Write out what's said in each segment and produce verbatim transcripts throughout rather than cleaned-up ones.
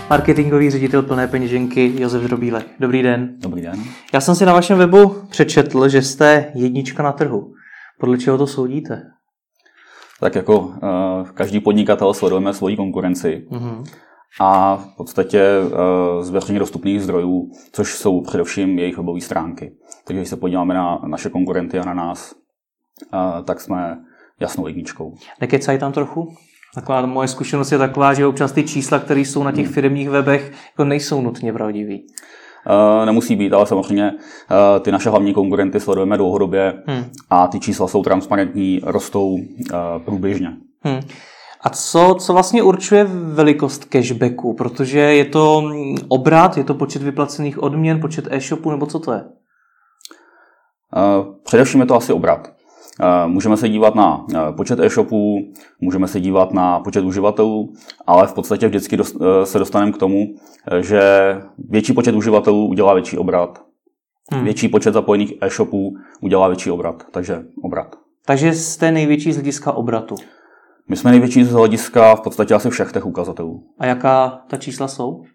Marketingový ředitel Plné peněženky Josef Drobílek. Dobrý den. Dobrý den. Já jsem si na vašem webu přečetl, že jste jednička na trhu. Podle čeho to soudíte? Tak jako uh, každý podnikatel sledujeme svoji konkurenci. Mm-hmm. A v podstatě uh, z veřejně dostupných zdrojů, což jsou především jejich webové stránky. Takže když se podíváme na naše konkurenty a na nás, uh, tak jsme jasnou jedničkou. Nekecaj tam trochu? Taková moje zkušenost je taková, že občas ty čísla, které jsou na těch firemních webech, jako nejsou nutně pravdivý. Uh, nemusí být, ale samozřejmě uh, ty naše hlavní konkurenty sledujeme dlouhodobě hmm. a ty čísla jsou transparentní, rostou uh, průběžně. Hmm. A co, co vlastně určuje velikost cashbacku? Protože je to obrat, je to počet vyplacených odměn, počet e-shopů, nebo co to je? Uh, především je to asi obrat. Můžeme se dívat na počet e-shopů, můžeme se dívat na počet uživatelů, ale v podstatě vždycky se dostaneme k tomu, že větší počet uživatelů udělá větší obrat. Hmm. Větší počet zapojených e-shopů udělá větší obrat, takže obrat. Takže jste největší z hlediska obratu? My jsme největší z hlediska v podstatě asi všech těch ukazatelů. A jaká ta čísla jsou? Uh,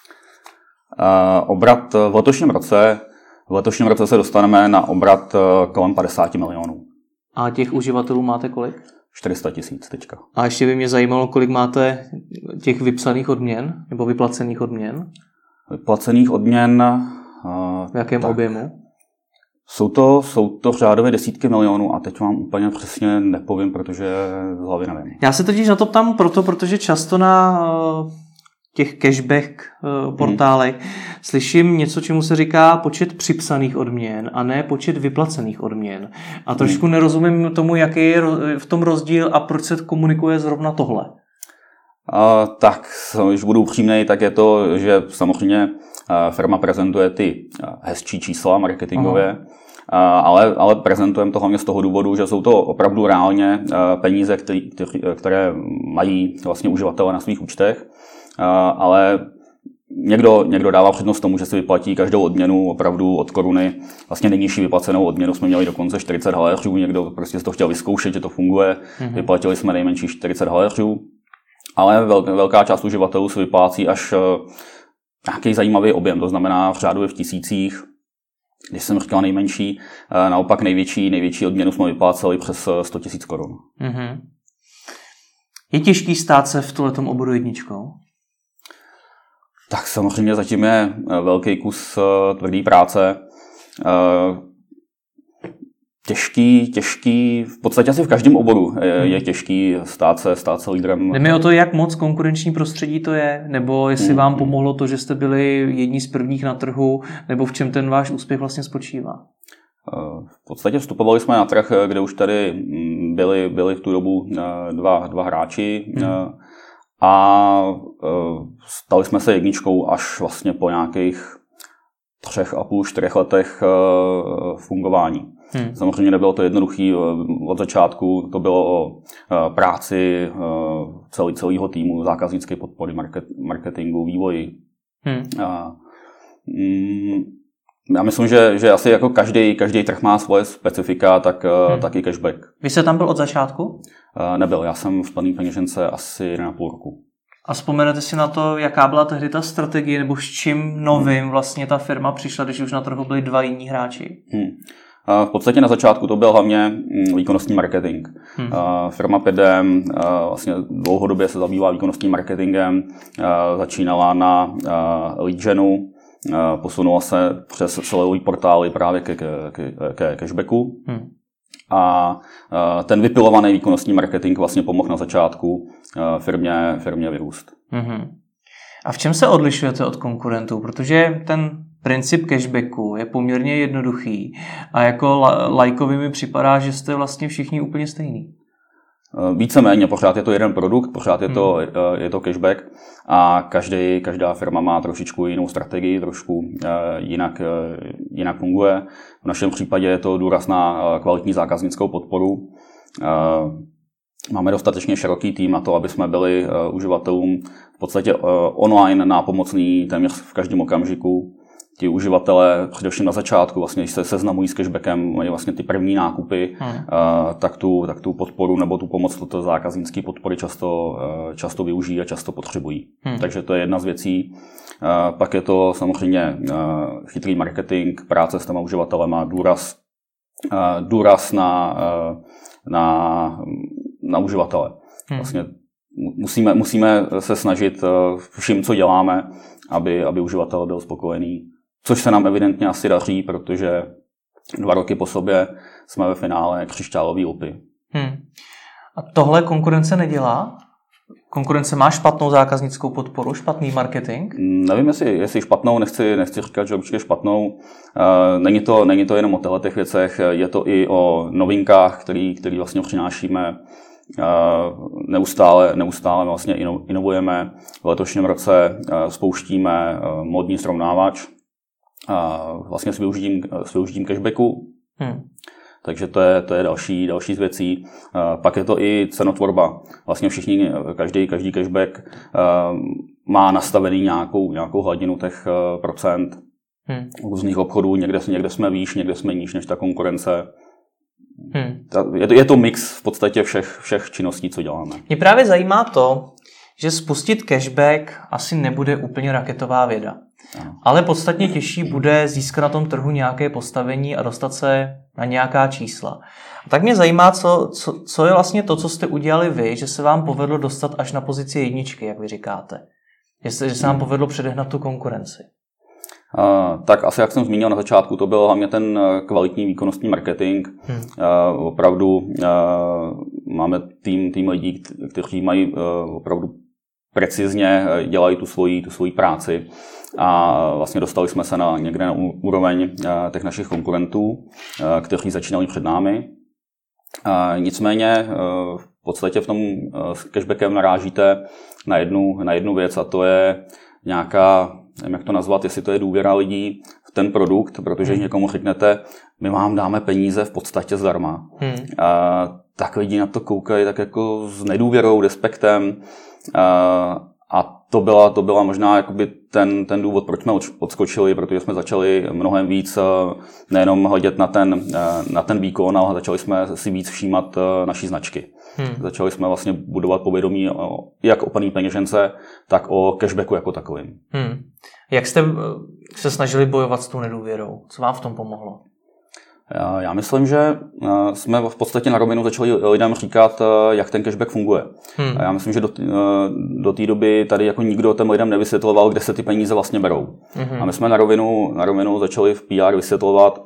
obrat v letošním roce, v letošním roce se dostaneme na obrat kolem padesát milionů. A těch uživatelů máte kolik? čtyři sta tisíc teďka. A ještě by mě zajímalo, kolik máte těch vypsaných odměn, nebo vyplacených odměn? Vyplacených odměn... V jakém tak. objemu? Jsou to, jsou to řádově desítky milionů a teď vám úplně přesně nepovím, protože z hlavy nevím. Já se totiž na to ptám proto, protože často na těch cashback portálech hmm. slyším něco, čemu se říká počet připsaných odměn a ne počet vyplacených odměn. A trošku hmm. nerozumím tomu, jaký je v tom rozdíl a proč se komunikuje zrovna tohle. Uh, tak, když budu upřímnej, tak je to, že samozřejmě uh, firma prezentuje ty uh, hezčí čísla marketingové, uh, ale, ale prezentujeme to hlavně z toho důvodu, že jsou to opravdu reálně uh, peníze, který, které mají vlastně uživatelé na svých účtech. Uh, ale někdo, někdo dává přednost tomu, že si vyplatí každou odměnu opravdu od koruny. Vlastně nejnižší vyplacenou odměnu jsme měli dokonce čtyřicet haléřů, někdo prostě to chtěl vyzkoušet, že to funguje. Mm-hmm. Vyplatili jsme nejmenší čtyřicet haléřů, ale velká část uživatelů si vyplácí až uh, nějaký zajímavý objem, to znamená v řádově v tisících. Když jsem říkal nejmenší, uh, naopak největší, největší odměnu jsme vypláceli přes sto tisíc korun. Mm-hmm. Je těžký stát se v tomhletom oboru jedničkou? Tak samozřejmě zatím je velký kus tvrdý práce. Těžký, těžký, v podstatě asi v každém oboru je, je těžký stát se, stát se lídrem. Jde mi o to, jak moc konkurenční prostředí to je, nebo jestli hmm. vám pomohlo to, že jste byli jedni z prvních na trhu, nebo v čem ten váš úspěch vlastně spočívá? V podstatě vstupovali jsme na trh, kde už tady byli, byli v tu dobu dva, dva hráči. Hmm. A stali jsme se jedničkou až vlastně po nějakých třech a půl, čtyřech letech fungování. Hmm. Samozřejmě nebylo to jednoduché od začátku, to bylo o práci celý, celého týmu, zákaznické podpory, market, marketingu, vývoji. Hmm. A, mm, já myslím, že, že asi jako každý, každý trh má svoje specifika, tak, hmm. tak i cashback. Vy jste tam byl od začátku? Nebyl, já jsem v Plné peněžence asi jedna a půl roku. A vzpomenete si na to, jaká byla tehdy ta strategie, nebo s čím novým vlastně ta firma přišla, když už na trhu byli dva jiní hráči? Hmm. V podstatě na začátku to byl hlavně výkonnostní marketing. Hmm. Firma pět D M vlastně dlouhodobě se zabývá výkonnostním marketingem, začínala na lead genu, posunula se přes celový portály právě ke, ke, ke cashbacku. Hmm. A ten vypilovaný výkonnostní marketing vlastně pomohl na začátku firmě, firmě vyrůst. Mm-hmm. A v čem se odlišujete od konkurentů? Protože ten princip cashbacku je poměrně jednoduchý a jako lajkovi mi připadá, že jste vlastně všichni úplně stejný. Víceméně, pořád je to jeden produkt, pořád je to, hmm. je to cashback a každý, každá firma má trošičku jinou strategii, trošku jinak, jinak funguje. V našem případě je to důraz na kvalitní zákaznickou podporu. Máme dostatečně široký tým na to, aby jsme byli uživatelům v podstatě online nápomocní téměř v každém okamžiku. ti uživatelé především na začátku, vlastně, když se seznamují s cashbackem, mají vlastně ty první nákupy, hmm. tak, tu, tak tu podporu nebo tu pomoc toto zákaznické podpory často, často využijí a často potřebují. Hmm. Takže to je jedna z věcí. Pak je to samozřejmě chytrý marketing, práce s těma uživatelema, důraz, důraz na, na, na uživatele. Hmm. Vlastně musíme, musíme se snažit vším, co děláme, aby, aby uživatel byl spokojený. Což se nám evidentně asi daří, protože dva roky po sobě jsme ve finále křišťálové lupy. Hmm. A tohle konkurence nedělá? Konkurence má špatnou zákaznickou podporu, špatný marketing? Nevím, jestli, jestli špatnou, nechci, nechci říkat, že určitě špatnou. Není to, není to jenom o těch věcech, je to i o novinkách, který, který vlastně přinášíme. Neustále, neustále vlastně inovujeme. V letošním roce spouštíme módní srovnávač vlastně s využitím, s využitím cashbacku. Hmm. Takže to je, to je další, další z věcí. Pak je to i cenotvorba. Vlastně všichni, každý, každý cashback má nastavený nějakou, nějakou hladinu těch procent hmm. různých obchodů. Někde, někde jsme výš, někde jsme níž než ta konkurence. Hmm. Je, to, je to mix v podstatě všech, všech činností, co děláme. Mě právě zajímá to, že spustit cashback asi nebude úplně raketová věda. Ano. Ale podstatně těžší bude získat na tom trhu nějaké postavení a dostat se na nějaká čísla. A tak mě zajímá, co, co, co je vlastně to, co jste udělali vy, že se vám povedlo dostat až na pozici jedničky, jak vy říkáte. Že se, že se vám povedlo předehnat tu konkurenci. Uh, tak asi, jak jsem zmínil na začátku, to byl hlavně ten kvalitní výkonnostní marketing. Hmm. Uh, opravdu uh, máme tým, tým lidí, kteří mají uh, opravdu precizně dělají tu svoji, tu svoji práci a vlastně dostali jsme se na někde na úroveň uh, těch našich konkurentů, uh, kteří začínali před námi. Uh, nicméně uh, v podstatě v tom uh, s cashbackem narážíte na jednu, na jednu věc, a to je nějaká, nevím, jak to nazvat, jestli to je důvěra lidí v ten produkt, protože když někomu řeknete, my vám dáme peníze v podstatě zdarma, hmm. a, tak lidi na to koukají tak jako s nedůvěrou, despektem, a, a to byla, to byla možná jakoby ten, ten důvod, proč jsme odskočili, protože jsme začali mnohem víc nejenom hledět na ten, na ten výkon, ale začali jsme si víc všímat naší značky. Hmm. Začali jsme vlastně budovat povědomí jak o paní peněžence, tak o cashbacku jako takovým. Hmm. Jak jste se snažili bojovat s tou nedůvěrou? Co vám v tom pomohlo? Já myslím, že jsme v podstatě na rovinu začali lidem říkat, jak ten cashback funguje. Hmm. Já myslím, že do, do té doby tady jako nikdo těm lidem nevysvětloval, kde se ty peníze vlastně berou. Hmm. A my jsme na rovinu, na rovinu začali v P R vysvětlovat,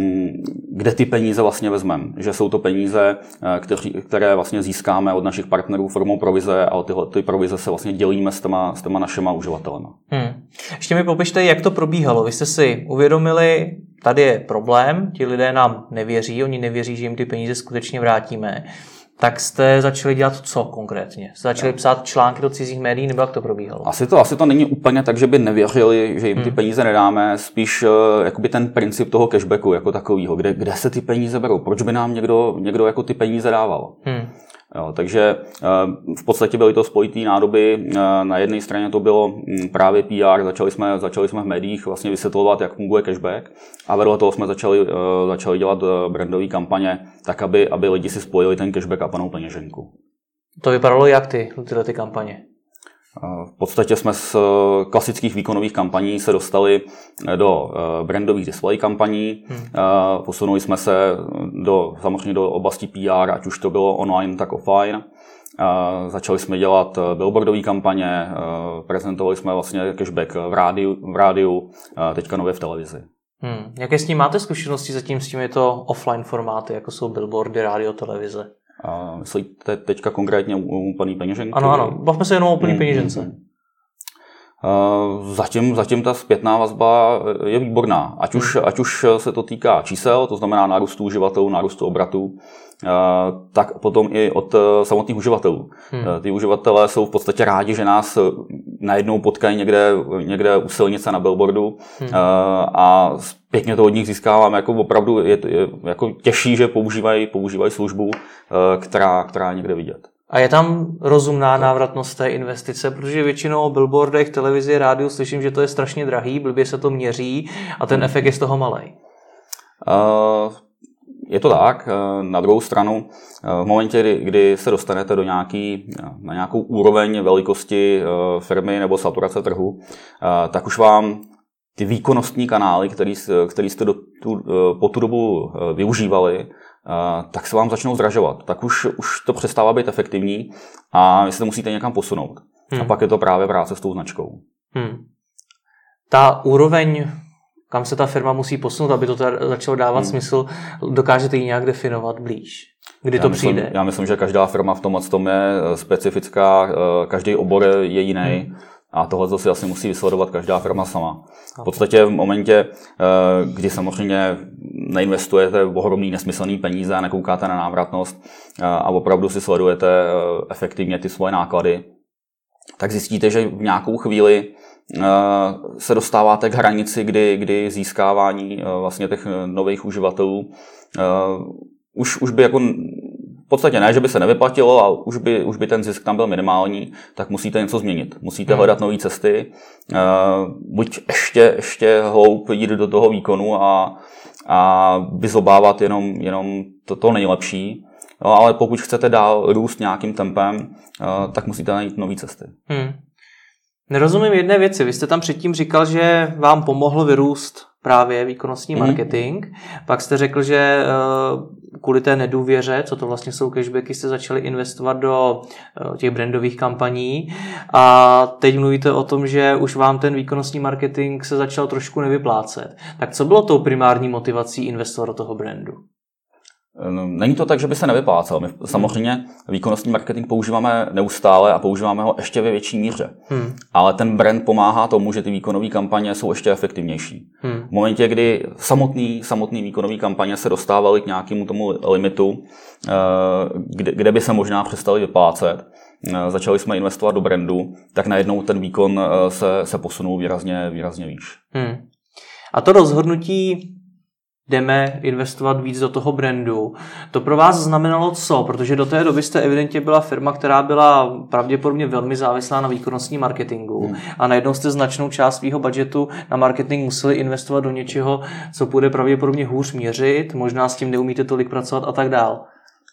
kde ty peníze vlastně vezmeme. Že jsou to peníze, kteří, které vlastně získáme od našich partnerů formou provize, a tyhle ty provize se vlastně dělíme s těma, s těma našima uživatelema. Hmm. Ještě mi popište, jak to probíhalo. Vy jste si uvědomili, tady je problém, ti lidé nám nevěří, oni nevěří, že jim ty peníze skutečně vrátíme. Tak jste začali dělat co konkrétně? Jste začali psát články do cizích médií, nebo jak to probíhalo? Asi to, asi to není úplně tak, že by nevěřili, že jim ty hmm. peníze nedáme, spíš uh, jakoby ten princip toho cashbacku jako takového, kde, kde se ty peníze berou, proč by nám někdo, někdo jako ty peníze dával. Hmm. Jo, takže v podstatě byly to spojitý nádoby. Na jedné straně to bylo právě P R, začali jsme, začali jsme v médiích vlastně vysvětlovat, jak funguje cashback, a vedle toho jsme začali, začali dělat brandové kampaně, tak aby, aby lidi si spojili ten cashback a panou peněženku. To vypadalo jak ty, tyhle ty kampaně? V podstatě jsme z klasických výkonových kampaní se dostali do brandových display kampaní. Hmm. Posunuli jsme se do, samozřejmě do oblasti P R, ať už to bylo online, tak offline. Začali jsme dělat billboardové kampaně, prezentovali jsme vlastně cashback v rádiu, v rádiu teďka nově v televizi. Hmm. Jaké s tím máte zkušenosti zatím s těmito offline formáty, jako jsou billboardy, rádio, televize? A myslíte teďka konkrétně u paní peněženky? Ano, ano. Bavme se jenom o paní peněžence. Hmm. Zatím, zatím ta zpětná vazba je výborná. Ať už, hmm. ať už se to týká čísel, to znamená nárůstu uživatelů, nárůstu obratů, tak potom i od samotných uživatelů. Hmm. Ty uživatelé jsou v podstatě rádi, že nás najednou potkají někde, někde u silnice na billboardu, hmm. a pěkně to od nich získáváme. Jako opravdu je, je jako těžší, že používají, používají službu, která, která je někde vidět. A je tam rozumná návratnost té investice, protože většinou o billboardech, televizi, rádiu slyším, že to je strašně drahý, blbě se to měří a ten efekt je z toho malej. Uh, je to tak. Na druhou stranu, v momentě, kdy, kdy se dostanete do nějaký, na nějakou úroveň velikosti firmy nebo saturace trhu, tak už vám ty výkonnostní kanály, který, který jste do, tu, po tu dobu využívali, tak se vám začnou zdražovat. Tak už, už to přestává být efektivní a vy se to musíte někam posunout. Hmm. A pak je to právě práce s tou značkou. Hmm. Ta úroveň, kam se ta firma musí posunout, aby to začalo dávat hmm. smysl, dokážete ji nějak definovat blíž? Kdy já to myslím, přijde? Já myslím, že každá firma v tomhle tom je specifická, každý obor je jiný. Hmm. A tohle si asi musí vysledovat každá firma sama. V podstatě v momentě, kdy samozřejmě neinvestujete ohromný nesmyslný peníze a nekoukáte na návratnost a opravdu si sledujete efektivně ty svoje náklady, tak zjistíte, že v nějakou chvíli se dostáváte k hranici, kdy, kdy získávání vlastně těch nových uživatelů už, už by jako v podstatě ne, že by se nevyplatilo, ale už by, už by ten zisk tam byl minimální, tak musíte něco změnit. Musíte hledat nové cesty, buď ještě, ještě hloub jít do toho výkonu a, a vyzobávat jenom, jenom to, to nejlepší. No, ale pokud chcete dál růst nějakým tempem, tak musíte najít nové cesty. Hmm. Nerozumím jedné věci. Vy jste tam předtím říkal, že vám pomohl vyrůst právě výkonnostní marketing. Mm. Pak jste řekl, že kvůli té nedůvěře, co to vlastně jsou cashbacky, jste začali investovat do těch brandových kampaní. A teď mluvíte o tom, že už vám ten výkonnostní marketing se začal trošku nevyplácet. Tak co bylo tou primární motivací investovat do toho brandu? Není to tak, že by se nevyplácel. My samozřejmě výkonnostní marketing používáme neustále a používáme ho ještě ve větší míře. Hmm. Ale ten brand pomáhá tomu, že ty výkonové kampaně jsou ještě efektivnější. Hmm. V momentě, kdy samotný, samotný výkonový kampaně se dostávaly k nějakému tomu limitu, kde, kde by se možná přestali vyplácet, začali jsme investovat do brandu, tak najednou ten výkon se, se posunul výrazně, výrazně výš. Hmm. A to rozhodnutí jdeme investovat víc do toho brandu. To pro vás znamenalo co? Protože do té doby jste evidentně byla firma, která byla pravděpodobně velmi závislá na výkonnostní marketingu hmm. a najednou jste značnou část svého budgetu na marketing museli investovat do něčeho, co bude pravděpodobně hůř měřit, možná s tím neumíte tolik pracovat a tak dál.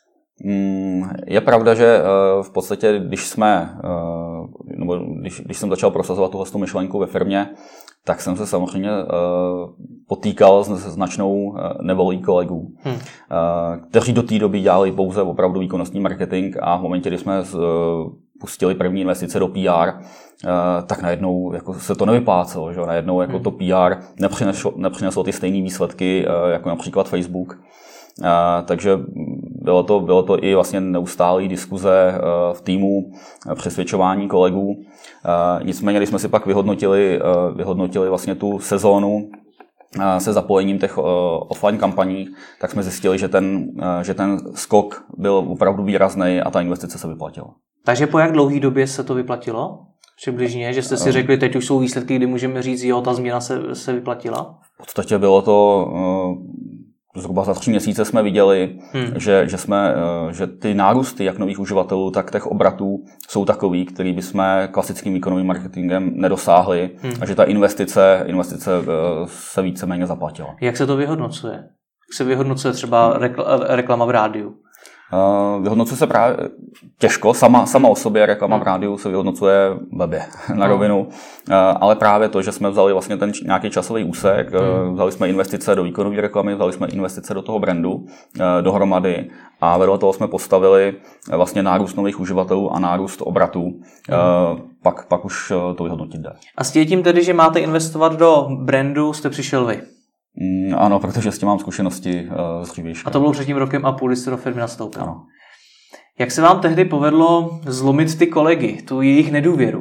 Je pravda, že v podstatě, když jsme, nebo když, když jsem začal prosazovat tuhle myšlenku ve firmě, tak jsem se samozřejmě potýkal s značnou nevolí kolegů, hmm. kteří do té doby dělali pouze opravdu výkonnostní marketing a v momentě, kdy jsme pustili první investice do P R, tak najednou jako se to nevyplácelo, že? Najednou jako hmm. to P R nepřineslo, nepřineslo ty stejné výsledky, jako například Facebook. Uh, takže bylo to, bylo to i vlastně neustálý diskuze uh, v týmu, uh, přesvědčování kolegů. Uh, nicméně, když jsme si pak vyhodnotili, uh, vyhodnotili vlastně tu sezónu uh, se zapojením těch uh, offline kampaní, tak jsme zjistili, že ten, uh, že ten skok byl opravdu výrazný a ta investice se vyplatila. Takže po jak dlouhé době se to vyplatilo? Přibližně, že jste si řekli, teď už jsou výsledky, kdy můžeme říct, jo, ta změna se, se vyplatila? V podstatě bylo to... Uh, Zhruba za tři měsíce jsme viděli, hmm. že, že, jsme, že ty nárůsty jak nových uživatelů, tak těch obratů jsou takový, který bychom klasickým výkonovým marketingem nedosáhli hmm. a že ta investice, investice se víceméně zaplatila. Jak se to vyhodnocuje? Jak se vyhodnocuje třeba rekl- reklama v rádiu? Uh, vyhodnocuje se právě těžko, sama, sama o sobě reklama v rádiu se vyhodnocuje blbě na rovinu, uh, ale právě to, že jsme vzali vlastně ten nějaký časový úsek, uh, vzali jsme investice do výkonové reklamy, vzali jsme investice do toho brandu uh, dohromady a vedle toho jsme postavili uh, vlastně nárůst nových uživatelů a nárůst obratů, uh, pak, pak už uh, to vyhodnotit jde. A s tím tedy, že máte investovat do brandu, jste přišel vy? Mm, ano, protože s tím mám zkušenosti uh, z dřívějška. A to bylo před tím rokem a půl, kdy jste do firmy nastoupil. Ano. Jak se vám tehdy povedlo zlomit ty kolegy, tu jejich nedůvěru?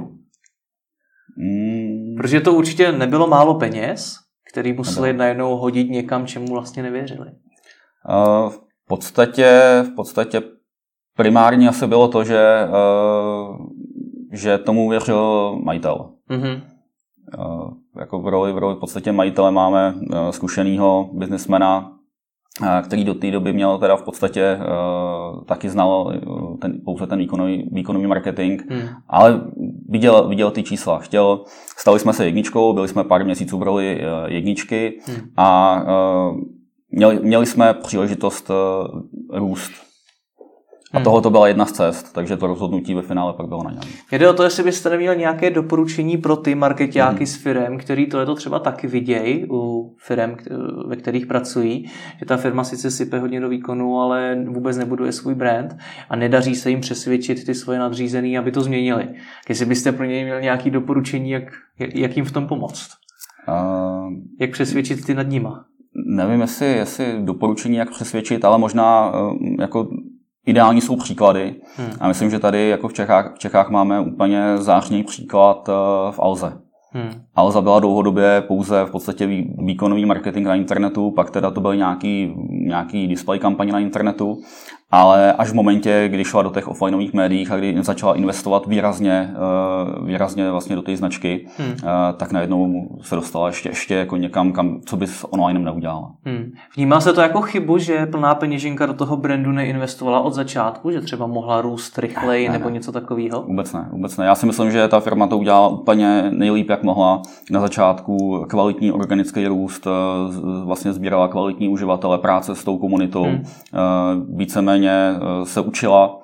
Mm. Protože to určitě nebylo málo peněz, který museli Nebylo. najednou hodit někam, čemu vlastně nevěřili. Uh, v podstatě, v podstatě primárně asi bylo to, že, uh, že tomu věřil majitel. Mm-hmm. Uh, jako v roli, v roli v podstatě majitele máme uh, zkušenýho biznismena, který do té doby měl teda v podstatě uh, taky znal ten, pouze ten výkonový, výkonový marketing, hmm. ale viděl, viděl ty čísla. Chtěl, stali jsme se jedničkou, byli jsme pár měsíců v roli uh, jedničky hmm. a uh, měli, měli jsme příležitost uh, růst. A tohle to byla jedna z cest, takže to rozhodnutí ve finále pak bylo na něm. Jde o to, jestli byste neměl nějaké doporučení pro ty markeťáky hmm. s firem, který tohleto třeba taky vidějí u firem, ve kterých pracují, že ta firma sice sype hodně do výkonu, ale vůbec nebuduje svůj brand a nedaří se jim přesvědčit ty svoje nadřízený, aby to změnili. Jestli byste pro něj měl nějaké doporučení, jak, jak jim v tom pomoct? Uh, jak přesvědčit ty nad nima? Nevím, jestli, jestli doporučení, jak přesvědčit, ale možná uh, jako ideální jsou příklady. Hmm. A myslím, že tady jako v Čechách, v Čechách máme úplně zářný příklad v Alze. Hmm. Alza byla dlouhodobě pouze v podstatě výkonový marketing na internetu, pak teda to byl nějaký, nějaký display kampaně na internetu, ale až v momentě, kdy šla do těch offlineových médiích a kdy začala investovat výrazně, výrazně vlastně do té značky, hmm. tak najednou se dostala ještě, ještě jako někam, kam, co by s onlinem neudělala. Hmm. Vnímá se to jako chybu, že plná peněženka do toho brandu neinvestovala od začátku, že třeba mohla růst rychleji ne, nebo ne. něco takového? Vůbec ne, vůbec ne. Já si myslím, že ta firma to udělala úplně nejlíp, jak mohla. Na začátku kvalitní organický růst, vlastně sbírala kvalitní uživatele, práce s tou komunitou, hmm. víceméně se učila,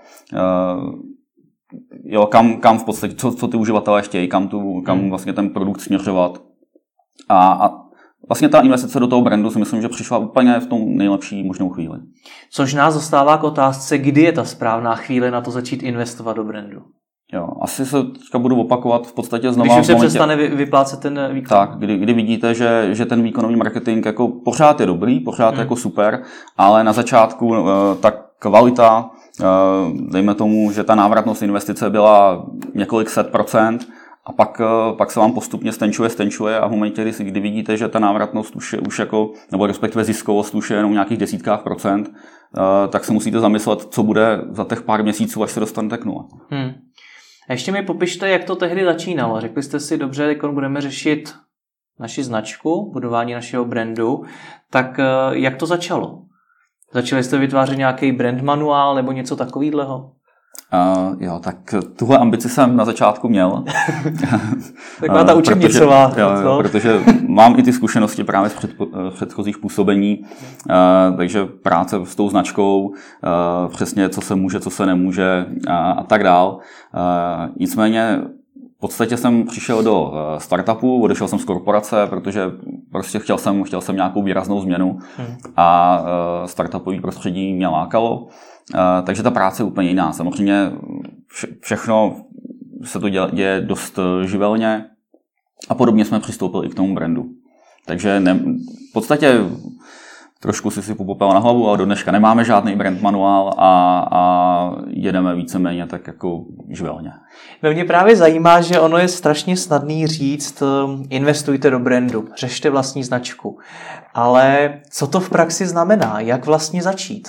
jo, kam, kam v podstatě, co, co ty uživatelé chtějí, kam, tu, kam hmm. vlastně ten produkt směřovat. A, a vlastně ta investice do toho brandu si myslím, že přišla úplně v tom nejlepší možnou chvíli. Což nás dostává k otázce, kdy je ta správná chvíle na to začít investovat do brandu. Jo, asi se teďka budu opakovat v podstatě znova. Když už se momentě, přestane vyplácet ten výkon. Tak, kdy, kdy vidíte, že, že ten výkonový marketing jako pořád je dobrý, pořád hmm. jako super, ale na začátku uh, ta kvalita, uh, dejme tomu, že ta návratnost investice byla několik set procent a pak, uh, pak se vám postupně stenčuje, stenčuje a v momentě, kdy, kdy vidíte, že ta návratnost už je už jako, nebo respektive ziskovost už je jenom v nějakých desítkách procent, uh, tak se musíte zamyslet, co bude za těch pár měsíců, až se dostanete k nule. Hmm. A ještě mi popište, jak to tehdy začínalo. Řekli jste si, dobře, teď budeme řešit naši značku, budování našeho brandu, tak jak to začalo? Začali jste vytvářet nějaký brand manuál nebo něco takového? Uh, jo, tak tuhle ambici jsem na začátku měl. Taková ta učebnicová. Protože, jo, jo, protože mám i ty zkušenosti právě z před, předchozích působení, uh, takže práce s tou značkou, uh, přesně co se může, co se nemůže a, a tak dál. Uh, nicméně v podstatě jsem přišel do startupu, odešel jsem z korporace, protože prostě chtěl jsem, chtěl jsem nějakou výraznou změnu a uh, startupový prostředí mě lákalo. Uh, takže ta práce je úplně jiná. Samozřejmě vše, všechno se to děje, děje dost živelně a podobně jsme přistoupili i k tomu brandu. Takže ne, v podstatě trošku si si popopel na hlavu, ale do dneška nemáme žádný brand manuál a, a jedeme víceméně tak jako živelně. Mě právě zajímá, že ono je strašně snadný říct, investujte do brandu, řešte vlastní značku. Ale co to v praxi znamená? Jak vlastně začít?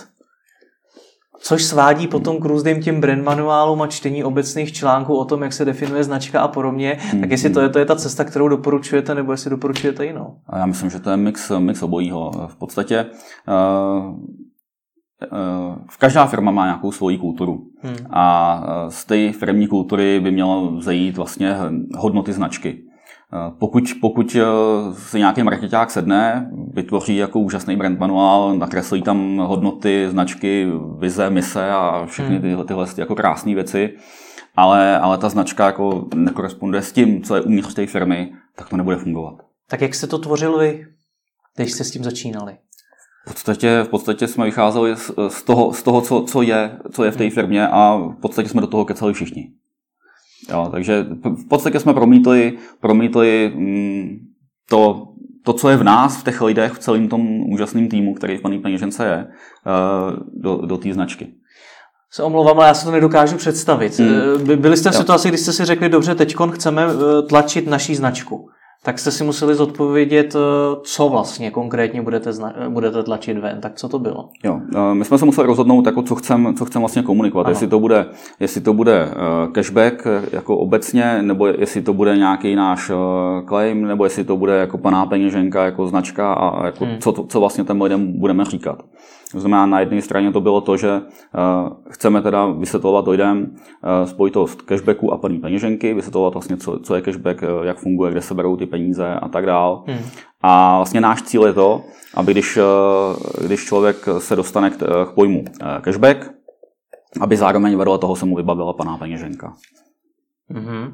Což svádí potom k různým těm brand manuálům a čtení obecných článků o tom, jak se definuje značka a podobně. Hmm. Tak jestli to je, to je ta cesta, kterou doporučujete, nebo jestli doporučujete jinou? A já myslím, že to je mix, mix obojího. V podstatě uh, uh, každá firma má nějakou svoji kulturu. Hmm. A z té firmní kultury by mělo vzejít vlastně hodnoty značky. Pokud, pokud si nějaký markeťák sedne, vytvoří jako úžasný brand manuál, nakreslí tam hodnoty, značky, vize, mise a všechny tyhle, tyhle jako krásné věci, ale, ale ta značka jako nekoresponduje s tím, co je uvnitř té firmy, tak to nebude fungovat. Tak jak jste to tvořil vy, když jste s tím začínali? V podstatě, v podstatě jsme vycházeli z, z toho, z toho co, co, je, co je v té firmě a v podstatě jsme do toho kecali všichni. Jo, takže v podstatě jsme promítli, promítli mm, to, to, co je v nás, v těch lidech, v celém tom úžasném týmu, který v Plný peněžence je, do, do té značky. Se omlouvám, ale já se to nedokážu představit. Hmm. Byli jste v situaci, kdy jste si řekli, dobře, teďkon chceme tlačit naší značku. Tak jste si museli zodpovědět, co vlastně konkrétně budete, zna- budete tlačit ven. Tak co to bylo? Jo, my jsme se museli rozhodnout, jako co chceme co chcem vlastně komunikovat. Jestli to bude, jestli to bude cashback jako obecně, nebo jestli to bude nějaký náš claim, nebo jestli to bude jako Planá peněženka jako značka a jako hmm. co, co vlastně těm lidem budeme říkat. To znamená, na jedné straně to bylo to, že uh, chceme teda vysvětlovat lidem uh, spojitost cashbacku a Plané peněženky, vysvětlovat vlastně, co, co je cashback, uh, jak funguje, kde se berou ty peníze a tak dál. Hmm. A vlastně náš cíl je to, aby když, uh, když člověk se dostane k, k pojmu uh, cashback, aby zároveň vedle toho se mu vybavila Planá peněženka. Hmm.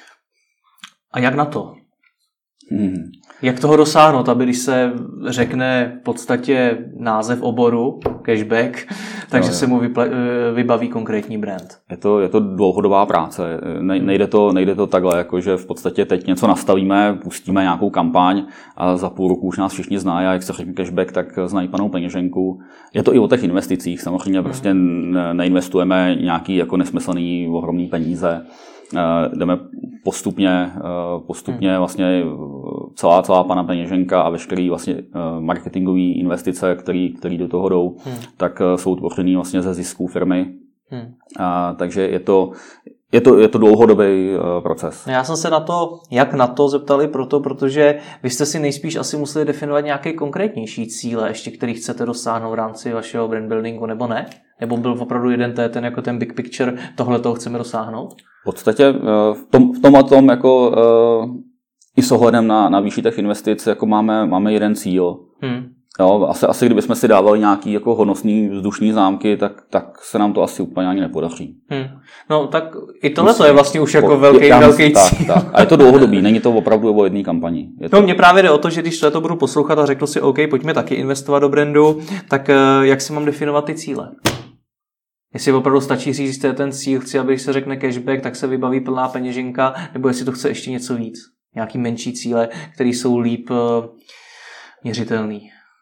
A jak na to? Hmm. Jak toho dosáhnout, aby když se řekne v podstatě název oboru, cashback, takže no, se mu vypla- vybaví konkrétní brand? Je to, je to dlouhodobá práce. Ne, nejde, to, nejde to takhle, jako že v podstatě teď něco nastavíme, pustíme nějakou kampaň a za půl roku už nás všichni znají a jak se řekne cashback, tak znají Planou peněženku. Je to i o těch investicích. Samozřejmě hmm. prostě neinvestujeme nějaký jako nesmyslný ohromný peníze. Uh, jdeme postupně, uh, postupně vlastně celá, celá Planá peněženka a veškerý vlastně uh, marketingový investice, který, který do toho jdou, hmm. tak uh, jsou tvořený vlastně ze zisků firmy. Hmm. Uh, takže je to, je to, je to dlouhodobý uh, proces. Já jsem se na to, jak na to zeptali proto, protože vy jste si nejspíš asi museli definovat nějaké konkrétnější cíle, ještě který chcete dosáhnout v rámci vašeho brand buildingu, nebo ne? Nebo byl opravdu jeden ten jako ten big picture, tohle toho chceme dosáhnout? V podstatě v tom, v tom a tom jako i s ohledem na, na výši těch investic jako máme, máme jeden cíl. Hmm. Jo, asi, asi kdybychom si dávali nějaký jako hodnostný vzdušní známky, tak, tak se nám to asi úplně ani nepodaří. Hmm. No tak i tohle to je vlastně už jako po, velký, já velký cíl. Tak, tak. A je to dlouhodobý, není to opravdu o jedné kampani. Je to... No mně právě jde o to, že když to budu poslouchat a řeknu si, OK, pojďme taky investovat do brandu, tak jak si mám definovat ty cíle? Jestli opravdu stačí říct, že ten cíl, chci, aby když se řekne cashback, tak se vybaví Planá peněženka, nebo jestli to chce ještě něco víc. Nějaký menší cíle, které jsou líp uh, měřitelný.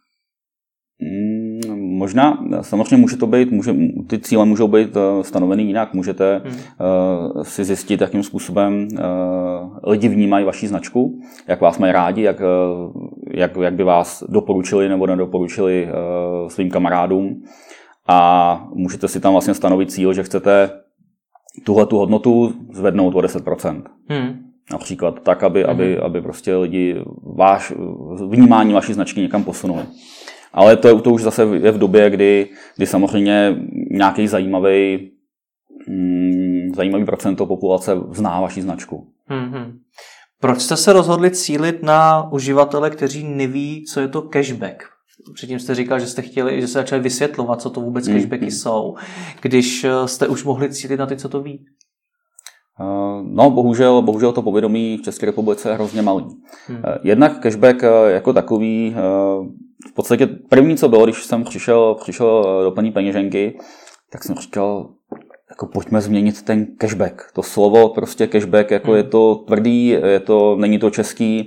Mm, možná, samozřejmě může to být, může, ty cíle můžou být uh, stanovený jinak. Můžete hmm. uh, si zjistit, jakým způsobem uh, lidi vnímají vaši značku, jak vás mají rádi, jak, uh, jak, jak by vás doporučili nebo nedoporučili uh, svým kamarádům. A můžete si tam vlastně stanovit cíl, že chcete tuhle tu hodnotu zvednout o deset procent. Hmm. Například tak, aby, hmm. aby, aby prostě lidi váš, vnímání vaší značky někam posunuli. Ale to, to už zase je v době, kdy, kdy samozřejmě nějaký zajímavý, mm, zajímavý procento populace zná vaši značku. Hmm. Proč jste se rozhodli cílit na uživatele, kteří neví, co je to cashback? Předtím jste říkal, že jste chtěli, že se začali vysvětlovat, co to vůbec cashbacky mm, mm. jsou, když jste už mohli cílit na ty, co to ví. No, bohužel, bohužel to povědomí v České republice je hrozně malý. Hmm. Jednak cashback jako takový, v podstatě první, co bylo, když jsem přišel, přišel do Plané peněženky, tak jsem říkal, jako pojďme změnit ten cashback. To slovo prostě cashback, jako hmm. je to tvrdý, je to, není to český,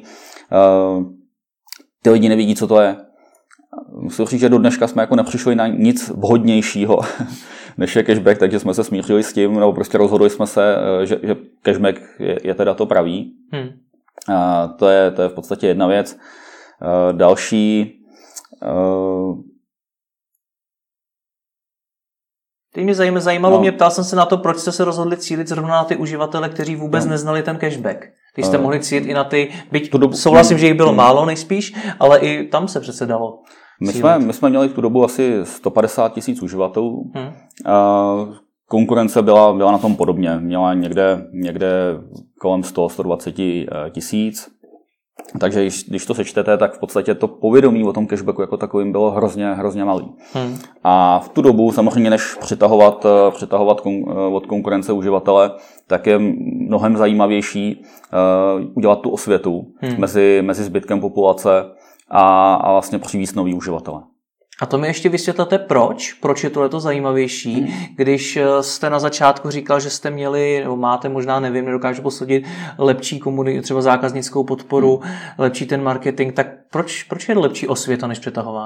ty lidi nevidí, co to je. Musím říct, že do dneška jsme jako nepřišli na nic vhodnějšího, než je cashback, takže jsme se smířili s tím, nebo prostě rozhodli jsme se, že, že cashback je, je teda to pravý. Hmm. A to, je, to je v podstatě jedna věc. A další... Uh... Teď mě zajímalo, zajímalo no. mě, ptal jsem se na to, proč jste se rozhodli cílit zrovna na ty uživatele, kteří vůbec no. neznali ten cashback. Když jste uh... mohli cílit i na ty, byť tu dobu... souhlasím, že jich bylo hmm. málo nejspíš, ale i tam se přece dalo. My jsme, my jsme měli v tu dobu asi sto padesát tisíc uživatelů. Hmm. Uh, konkurence byla, byla na tom podobně. Měla někde, někde kolem sto až sto dvacet tisíc. Takže když, když to sečtete, tak v podstatě to povědomí o tom cashbacku jako takovým bylo hrozně, hrozně malý. Hmm. A v tu dobu samozřejmě, než přitahovat, přitahovat kon, od konkurence uživatele, tak je mnohem zajímavější uh, udělat tu osvětu hmm. mezi, mezi zbytkem populace a, a vlastně přivést nový uživatele. A to mi ještě vysvětlete proč? Proč je tohleto zajímavější, hmm. když jste na začátku říkal, že jste měli, nebo máte možná, nevím, nedokážu posoudit, lepší komunikaci, třeba zákaznickou podporu, hmm. lepší ten marketing, tak proč, proč je lepší osvěta než přetahování?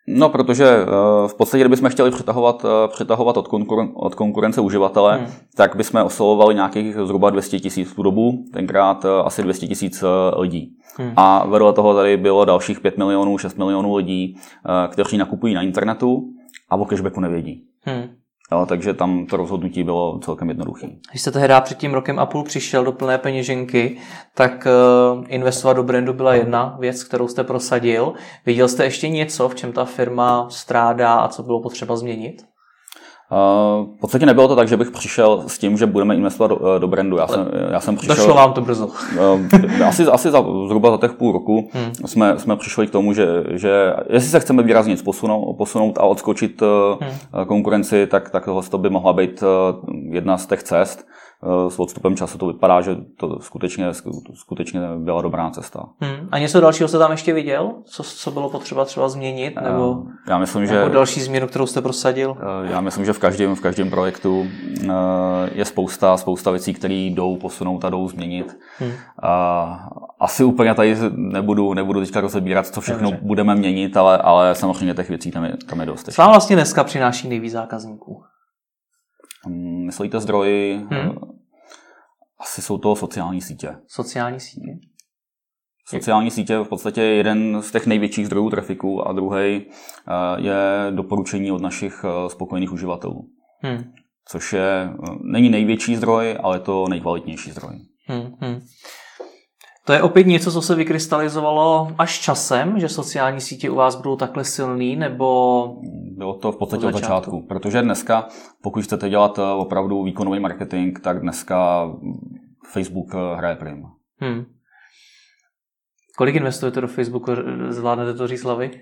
No, protože v podstatě, kdybychom chtěli přitahovat, přitahovat od, konkuren, od konkurence uživatele, hmm. tak bychom oslovovali nějakých zhruba dvě stě tisíc v tu dobu, tenkrát asi dvě stě tisíc lidí. Hmm. A vedle toho tady bylo dalších pět milionů, šest milionů lidí, kteří nakupují na internetu a o cashbacku nevědí. Hmm. Jo, takže tam to rozhodnutí bylo celkem jednoduché. Když jste tehdy před tím rokem a půl přišel do plné peněženky, tak uh, investovat do brandu byla jedna věc, kterou jste prosadil. Viděl jste ještě něco, v čem ta firma strádá a co bylo potřeba změnit? Uh, v podstatě nebylo to tak, že bych přišel s tím, že budeme investovat do, do brandu. Já jsem, já jsem přišel, došlo vám to brzo. Uh, asi asi za, zhruba za těch půl roku hmm. jsme, jsme přišli k tomu, že, že jestli se chceme výrazně posunout, posunout a odskočit hmm. konkurenci, tak, tak tohle by mohla být jedna z těch cest. S odstupem času to vypadá, že to skutečně, skutečně byla dobrá cesta. Hmm. A něco dalšího jste tam ještě viděl? Co, co bylo potřeba třeba změnit? Nebo já myslím, že, další změnu, kterou jste prosadil? Já myslím, že v každém, v každém projektu je spousta, spousta věcí, které jdou posunout a jdou změnit. Hmm. Asi úplně tady nebudu, nebudu teďka rozebírat, co všechno Dobře. budeme měnit, ale, ale samozřejmě těch věcí tam je, tam je dost. Co vám vlastně dneska přináší nejvíc zákazníků? Myslíte zdroji? Hmm. Asi jsou to sociální sítě. Sociální sítě? Sociální sítě v podstatě je jeden z těch největších zdrojů trafiku a druhý je doporučení od našich spokojených uživatelů. Hmm. Což je, není největší zdroj, ale je to nejkvalitnější zdroj. Hmm. Hmm. To je opět něco, co se vykrystalizovalo až časem, že sociální sítě u vás budou takhle silný, nebo... Bylo to v podstatě od začátku. od začátku, protože dneska, pokud chcete dělat opravdu výkonový marketing, tak dneska Facebook hraje prim. Hmm. Kolik investujete do Facebooku? Zvládnete to říct hlavy?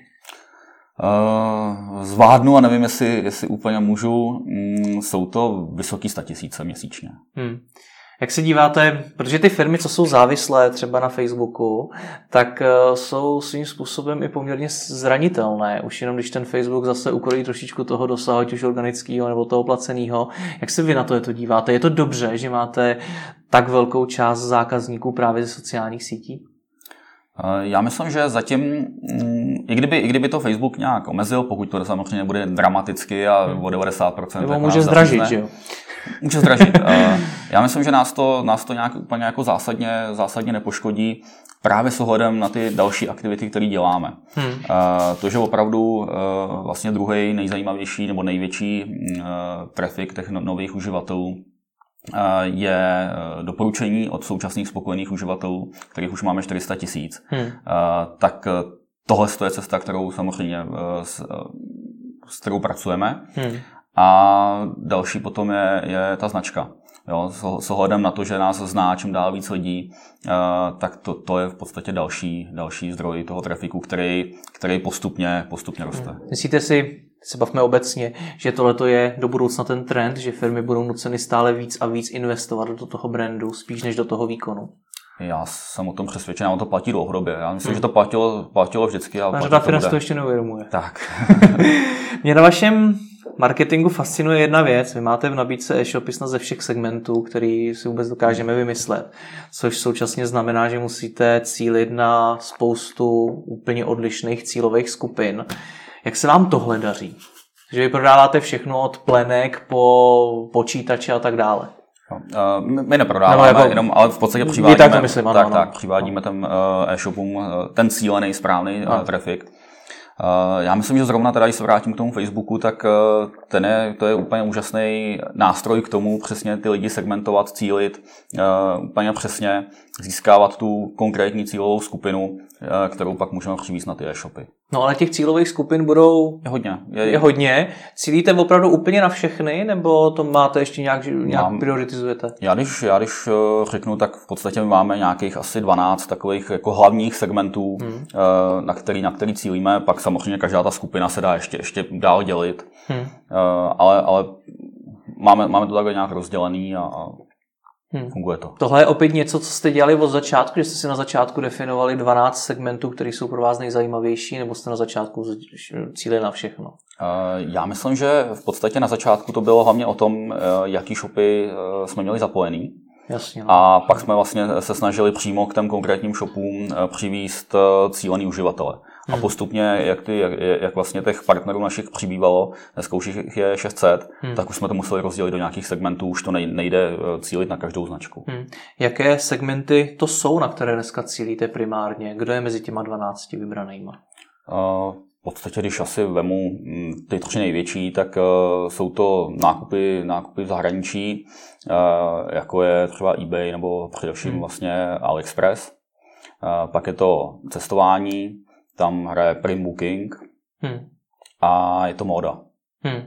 Uh, zvládnu a nevím, jestli, jestli úplně můžu. Mm, jsou to vysoký statisíce měsíčně. Hmm. Jak se díváte, protože ty firmy, co jsou závislé třeba na Facebooku, tak jsou svým způsobem i poměrně zranitelné. Už jenom když ten Facebook zase ukrojí trošičku toho dosahu, ať už organického nebo toho placeného. Jak se vy na to, je to díváte? Je to dobře, že máte tak velkou část zákazníků právě ze sociálních sítí? Já myslím, že zatím, i kdyby, i kdyby to Facebook nějak omezil, pokud to samozřejmě bude dramaticky a o devadesát procent... Nebo může zdražit, že jo? Může zdražit. Já myslím, že nás to, nás to nějak úplně jako zásadně, zásadně nepoškodí právě s ohledem na ty další aktivity, které děláme. Hmm. To, že opravdu vlastně druhý nejzajímavější nebo největší trafik těch nových uživatelů je doporučení od současných spokojených uživatelů, kterých už máme čtyři sta tisíc. Hmm. Tak tohle je cesta, kterou samozřejmě s, s kterou pracujeme. Hmm. A další potom je, je ta značka. Jo, s ohledem na to, že nás zná čím dál víc lidí, tak to, to je v podstatě další, další zdroj toho trafiku, který, který postupně, postupně roste. Hmm. Myslíte si, se bavme obecně, že tohleto je do budoucna ten trend, že firmy budou nuceny stále víc a víc investovat do toho brandu, spíš než do toho výkonu? Já jsem o tom přesvědčen, a on to platí dlouhodobě. Já myslím, hmm. že to platilo, platilo vždycky. A řada firm to ještě neuvědomuje. Tak. Mě na vašem marketingu fascinuje jedna věc. Vy máte v nabídce e-shopy snad ze všech segmentů, který si vůbec dokážeme vymyslet. Což současně znamená, že musíte cílit na spoustu úplně odlišných cílových skupin. Jak se vám tohle daří? Že vy prodáváte všechno od plenek po počítače a tak dále. Uh, my neprodáváme, jako, jenom, ale v podstatě přivádíme, tak myslím, ano, tak, ano. tak, přivádíme ten uh, e-shopům uh, ten cílený, správný uh, trafik. Uh, já myslím, že zrovna teda, když se vrátím k tomu Facebooku, tak uh, ten je, to je úplně úžasný nástroj k tomu přesně ty lidi segmentovat, cílit, uh, úplně přesně získávat tu konkrétní cílovou skupinu, uh, kterou pak můžeme přivést na ty e-shopy. No ale těch cílových skupin budou... Je hodně. Je, je hodně. Cílíte opravdu úplně na všechny, nebo to máte ještě nějak, nějak Mám, prioritizujete? Já když, já když řeknu, tak v podstatě máme nějakých asi dvanáct takových jako hlavních segmentů, hmm. na, který, na který cílíme. Pak samozřejmě každá ta skupina se dá ještě, ještě dál dělit. Hmm. Ale, ale máme, máme to takhle nějak rozdělený a Hmm. funguje to. Tohle je opět něco, co jste dělali od začátku, že jste si na začátku definovali dvanáct segmentů, které jsou pro vás nejzajímavější, nebo jste na začátku cílili na všechno? Já myslím, že v podstatě na začátku to bylo hlavně o tom, jaký shopy jsme měli zapojený. Jasně, no. A pak jsme vlastně se snažili přímo k těm konkrétním shopům přivízt cílený uživatele. A postupně, jak, ty, jak, jak vlastně těch partnerů našich přibývalo, dneska už jich je šest set, hmm. tak už jsme to museli rozdělit do nějakých segmentů, už to nejde cílit na každou značku. Hmm. Jaké segmenty to jsou, na které dneska cílíte primárně? Kdo je mezi těma dvanácti vybranýma? Uh, v podstatě, když asi vemu ty tři největší, tak uh, jsou to nákupy, nákupy v zahraničí, uh, jako je třeba eBay nebo především hmm. vlastně AliExpress. Uh, pak je to cestování, tam hraje Prime Booking hmm. a je to móda. Hmm.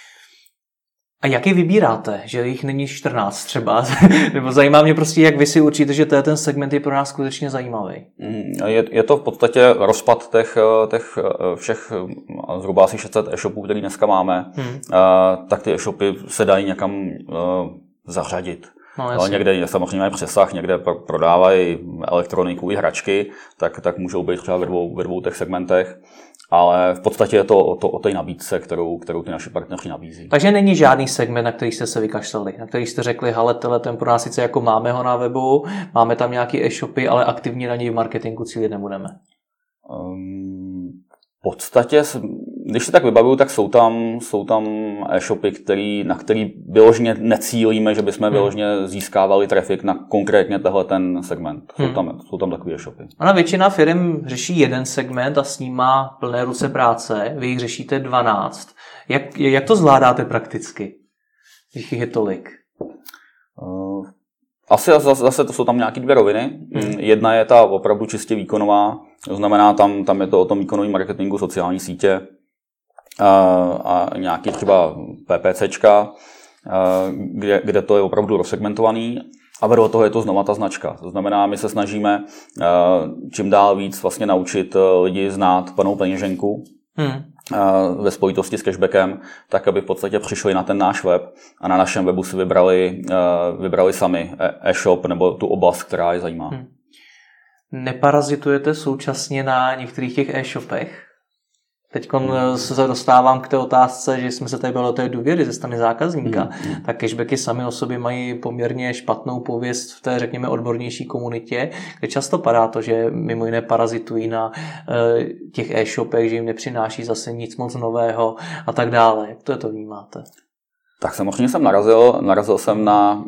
A jak je vybíráte, že jich není čtrnáct třeba? Nebo zajímá mě prostě, jak vy si určíte, že to je ten segment je pro nás skutečně zajímavý? Je, je to v podstatě rozpad těch, těch všech zhruba asi šest set e-shopů, který dneska máme, hmm. tak ty e-shopy se dají někam zařadit. No, ale někde samozřejmě mají přesah, někde prodávají elektroniku i hračky, tak, tak můžou být třeba ve dvou, ve dvou těch segmentech. Ale v podstatě je to o, to, o té nabídce, kterou, kterou ty naši partneři nabízí. Takže není žádný segment, na který jste se vykašlali, na který jste řekli, hele, tenhle ten pro nás sice jako máme ho na webu, máme tam nějaký e-shopy, ale aktivně na něj v marketingu cílit nebudeme. Um, v podstatě, když se tak vybavuju, tak jsou tam, jsou tam e-shopy, který, na který vyloženě necílíme, že bychom hmm. vyloženě získávali trafik na konkrétně tenhle ten segment. Jsou, hmm. tam, jsou tam takové e-shopy. Ona většina firm řeší jeden segment a s ním má plné ruce práce. Vy jich řešíte dvanáct. Jak, jak to zvládáte prakticky? Jich je tolik. Uh, Asi zase to jsou tam nějaké dvě roviny. Hmm. Jedna je ta opravdu čistě výkonová, to znamená, tam, tam je to o tom výkonovém marketingu, sociální sítě a, a nějaký třeba PPCčka, a, kde, kde to je opravdu rozsegmentovaný. A vedle toho je to znova ta značka. To znamená, my se snažíme čím dál víc vlastně naučit lidi znát panou peněženku. Hmm. ve spojitosti s cashbackem, tak aby v podstatě přišli na ten náš web a na našem webu si vybrali, vybrali sami e-shop nebo tu oblast, která je zajímá. Hmm. Neparazitujete současně na některých těch e-shopech? Teď se dostávám k té otázce, že jsme se tady bavili o té důvěry ze strany zákazníka, mm. tak cashbacky sami o sobě mají poměrně špatnou pověst v té, řekněme, odbornější komunitě, kde často padá to, že mimo jiné parazitují na těch e-shopech, že jim nepřináší zase nic moc nového a tak dále. Jak to je to vnímáte? Tak samozřejmě jsem narazil, narazil jsem na,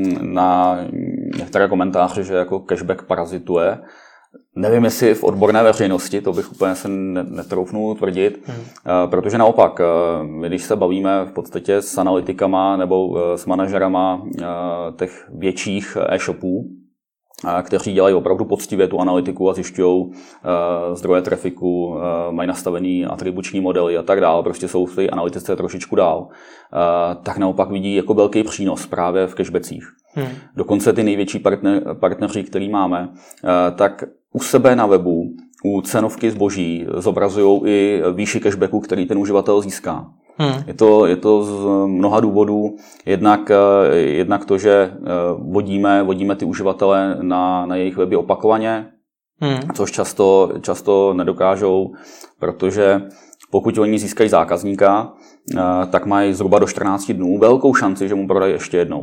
na některé komentáře, že jako cashback parazituje. Nevím, jestli v odborné veřejnosti, to bych úplně se netroufnul tvrdit, hmm. protože naopak, my když se bavíme v podstatě s analytikama nebo s manažerama těch větších e-shopů, kteří dělají opravdu poctivě tu analytiku a zjišťují zdroje trafiku, mají nastavený atribuční modely a tak dále, prostě jsou v té analytice trošičku dál, tak naopak vidí jako velký přínos právě v cashbackích. Hmm. Dokonce ty největší partner, partneři, který máme, tak u sebe na webu, u cenovky zboží zobrazují i výši cashbacku, který ten uživatel získá. Hmm. Je to, je to z mnoha důvodů. Jednak, jednak to, že vodíme, vodíme ty uživatele na, na jejich weby opakovaně, hmm. což často, často nedokážou, protože pokud oni získají zákazníka, tak mají zhruba do čtrnáct dnů velkou šanci, že mu prodají ještě jednou.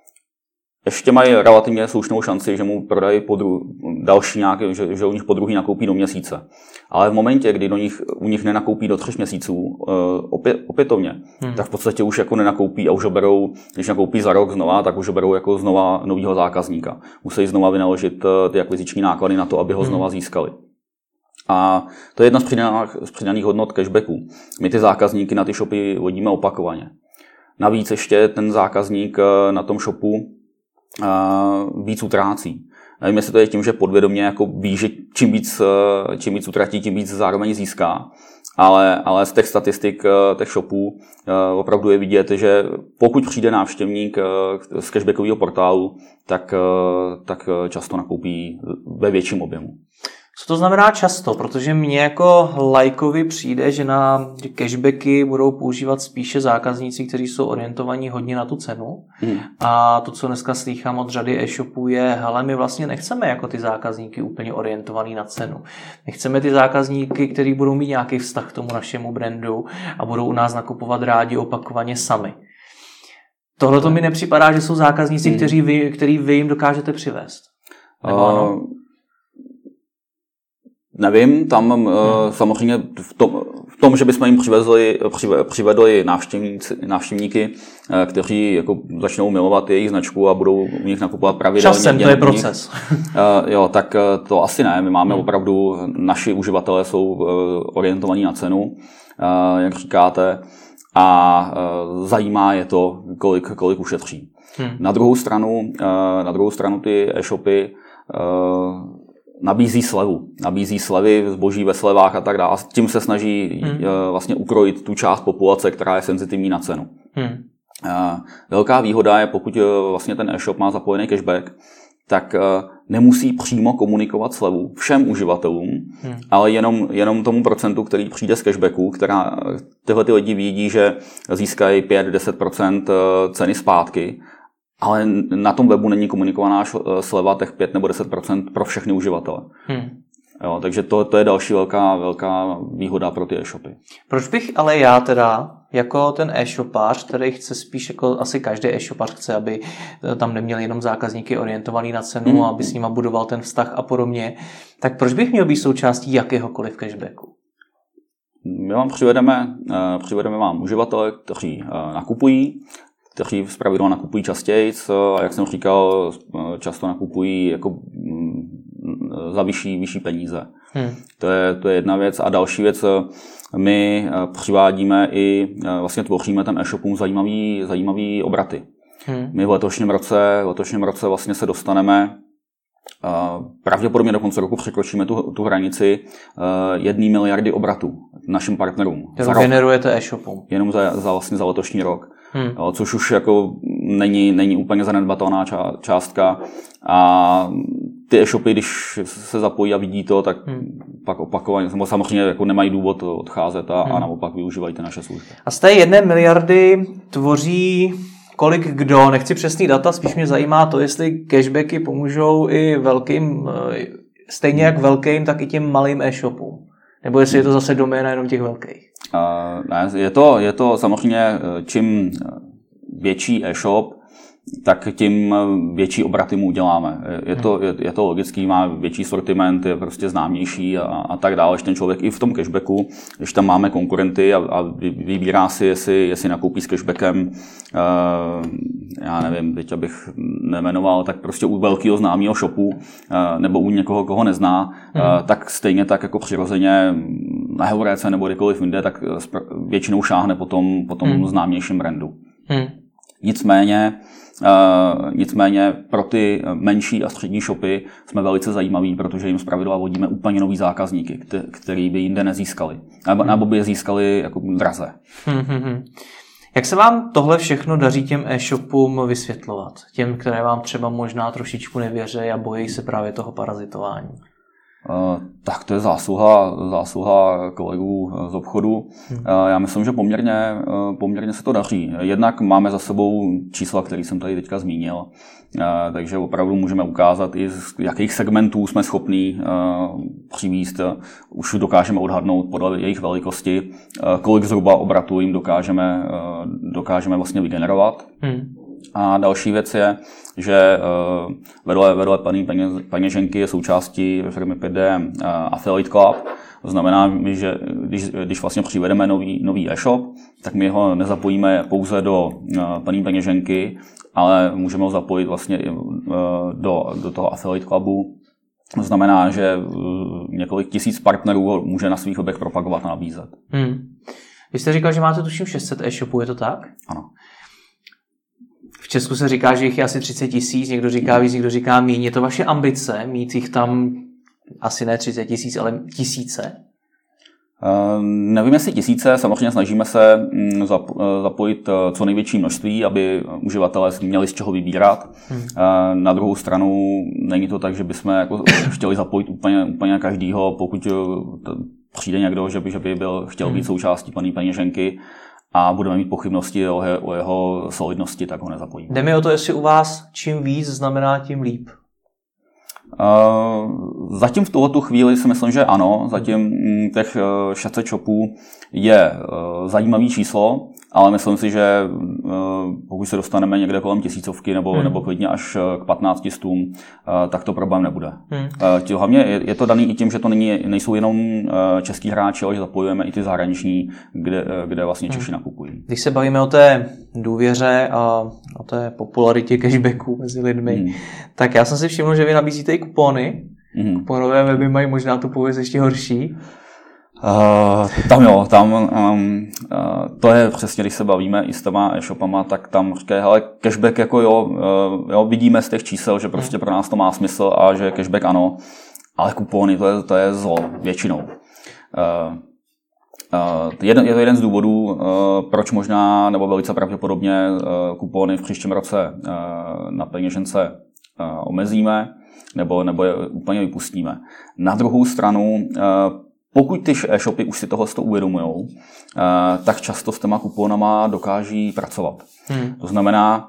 Ještě mají relativně slušnou šanci, že mu prodají podru, další nějaké, že, že u nich podruhý nakoupí do měsíce. Ale v momentě, kdy do nich, u nich nenakoupí do třech měsíců opět, opětovně, hmm. tak v podstatě už jako nenakoupí a už ho berou, když nakoupí za rok znova, tak už ho berou jako znova novýho zákazníka. Musí znova vynaložit ty akviziční náklady na to, aby ho hmm. znova získali. A to je jedna z přidaných, z přidaných hodnot cashbacku. My ty zákazníky na ty shopy vodíme opakovaně. Navíc ještě ten zákazník na tom shopu víc utrácí. Nevím, jestli to je tím, že podvědomě jako ví, že čím víc, čím víc utratí, tím víc zároveň získá. Ale, ale z těch statistik těch shopů opravdu je vidět, že pokud přijde návštěvník z cashbackového portálu, tak, tak často nakoupí ve větším objemu. Co to znamená často? Protože mně jako lajkovi přijde, že na cashbacky budou používat spíše zákazníci, kteří jsou orientovaní hodně na tu cenu. Hmm. A to, co dneska slýchám od řady e-shopů je, hele, my vlastně nechceme jako ty zákazníky úplně orientovaný na cenu. My chceme ty zákazníky, kteří budou mít nějaký vztah k tomu našemu brandu a budou u nás nakupovat rádi opakovaně sami. Tohle to mi nepřipadá, že jsou zákazníci, hmm. kteří vy, který vy jim dokážete přivést. Nebo ano? Uh... Nevím, tam hmm. samozřejmě v tom, v tom, že bychom jim přivezli, přivedli návštěvníky, kteří jako začnou milovat jejich značku a budou u nich nakupovat pravidelně. Časem, to je proces. Jo, tak to asi ne. My máme hmm. opravdu, naši uživatelé jsou orientovaní na cenu, jak říkáte, a zajímá je to, kolik, kolik ušetří. Hmm. Na druhou stranu, na druhou stranu ty e-shopy nabízí slevu. Nabízí slevy, zboží ve slevách a tak dále. A tím se snaží hmm. vlastně ukrojit tu část populace, která je senzitivní na cenu. Hmm. Velká výhoda je, pokud vlastně ten e-shop má zapojený cashback, tak nemusí přímo komunikovat slevu všem uživatelům, hmm. ale jenom, jenom tomu procentu, který přijde z cashbacku, která tyhle ty lidi vidí, že získají pět až deset procent ceny zpátky, ale na tom webu není komunikovaná sleva těch pět nebo deset procent pro všechny uživatele. Hmm. Jo, takže to, to je další velká, velká výhoda pro ty e-shopy. Proč bych ale já teda jako ten e-shopář, který chce spíš jako asi každý e-shopář chce, aby tam neměl jenom zákazníky orientovaný na cenu hmm. a aby s nima budoval ten vztah a podobně, tak proč bych měl být součástí jakéhokoliv cashbacku? My vám přivedeme, přivedeme vám uživatele, kteří nakupují, kteří zpravidla nakupují častěji a jak jsem říkal, často nakupují jako za vyšší, vyšší peníze. Hmm. To je, to je jedna věc. A další věc, my přivádíme i, vlastně tvoříme ten e-shopům zajímavý, zajímavý obraty. Hmm. My v letošním roce, v letošním roce vlastně se dostaneme, pravděpodobně do konce roku překročíme tu, tu hranici jedné miliardy obratů našim partnerům. To generujete e-shopům. Jenom za, za, vlastně za letošní rok. Hmm. Jo, což už jako není, není úplně zanedbatelná částka. A ty e-shopy, když se zapojí a vidí to, tak hmm. pak opakovaně, samozřejmě jako nemají důvod odcházet a, hmm. a naopak využívají ty naše služby. A z té jedné miliardy tvoří kolik kdo? Nechci přesný data, spíš mě zajímá to, jestli cashbacky pomůžou i velkým, stejně jak velkým, tak i těm malým e-shopům. Nebo jestli je to zase doména jenom těch velkých? Uh, ne, je to, je to samozřejmě, čím větší e-shop, tak tím větší obraty mu uděláme. Je to, je, je to logický, má větší sortiment, je prostě známější a, a tak dále. Že ten člověk i v tom cashbacku, když tam máme konkurenty a, a vybírá si, jestli, jestli nakoupí s cashbackem, uh, já nevím, teď abych nemenoval, tak prostě u velkého známého shopu uh, nebo u někoho, koho nezná, hmm. uh, tak stejně tak jako přirozeně na Heuréce nebo kdekoliv jinde, tak většinou šáhne po tom, po tom hmm. známějším brandu. Hmm. Nicméně, uh, nicméně pro ty menší a střední shopy jsme velice zajímaví, protože jim zpravidla vodíme úplně nový zákazníky, kte- který by jinde nezískali. Nebo, nebo by je získali jako draze. Hmm. Jak se vám tohle všechno daří těm e-shopům vysvětlovat? Těm, které vám třeba možná trošičku nevěří a bojí se právě toho parazitování? Uh, tak to je zásluha, zásluha kolegů z obchodu. Hmm. Uh, já myslím, že poměrně, uh, poměrně se to daří. Jednak máme za sebou čísla, které jsem tady teďka zmínil, uh, takže opravdu můžeme ukázat, i z jakých segmentů jsme schopní uh, přivízt. Uh, už dokážeme odhadnout podle jejich velikosti, uh, kolik zhruba obratů jim dokážeme, uh, dokážeme vlastně vygenerovat. Hmm. A další věc je, že vedle, vedle paní peněženky je součástí firmy pět dé Affiliate Club. To znamená, že když, když vlastně přivedeme nový, nový e-shop, tak my ho nezapojíme pouze do paní peněženky, ale můžeme ho zapojit vlastně do, do toho Affiliate Clubu. To znamená, že několik tisíc partnerů ho může na svých webech propagovat a nabízet. Hmm. Vy jste říkal, že máte tuším šest set e-shopů, je to tak? Ano. V Česku se říká, že jich je asi třicet tisíc, někdo říká víc, někdo říká míň. Je to vaše ambice mít jich tam asi ne třicet tisíc, ale tisíce? Uh, nevím, jestli tisíce, samozřejmě snažíme se zapojit co největší množství, aby uživatelé měli z čeho vybírat. Hmm. Uh, na druhou stranu není to tak, že bychom jako chtěli zapojit úplně, úplně každýho, pokud přijde někdo, že by, že by byl, chtěl být součástí paní peněženky a budeme mít pochybnosti o, he, o jeho solidnosti, tak ho nezapojíme. Jde mi o to, jestli u vás čím víc znamená tím líp. Uh, Zatím v tuhletu chvíli si myslím, že ano. Zatím těch šest set shopů je zajímavý číslo, ale myslím si, že pokud se dostaneme někde kolem tisícovky nebo, hmm. nebo klidně až k patnácti stům, tak to problém nebude. Hmm. Hlavně je, je to daný i tím, že to není, nejsou jenom český hráči, ale že zapojujeme i ty zahraniční, kde, kde vlastně Češi hmm. nakupují. Když se bavíme o té důvěře a o té popularitě cashbacku mezi lidmi, hmm. tak já jsem si všiml, že vy nabízíte i kupony. Hmm. Kuponové weby mají možná tu pověst ještě horší. Uh, tam jo, tam um, uh, to je přesně, když se bavíme i s těma e-shopama, tak tam říkají, hele, cashback jako jo, uh, jo, vidíme z těch čísel, že prostě pro nás to má smysl a že cashback ano, ale kupony to je, to je zlo většinou. Uh, uh, jeden, je to jeden z důvodů, uh, proč možná, nebo velice pravděpodobně uh, kupony v příštím roce uh, na peněžence uh, omezíme, nebo, nebo je úplně vypustíme. Na druhou stranu, uh, pokud ty e-shopy už si tohle uvědomujou, tak často s těma kuponama dokáží pracovat. Hmm. To znamená,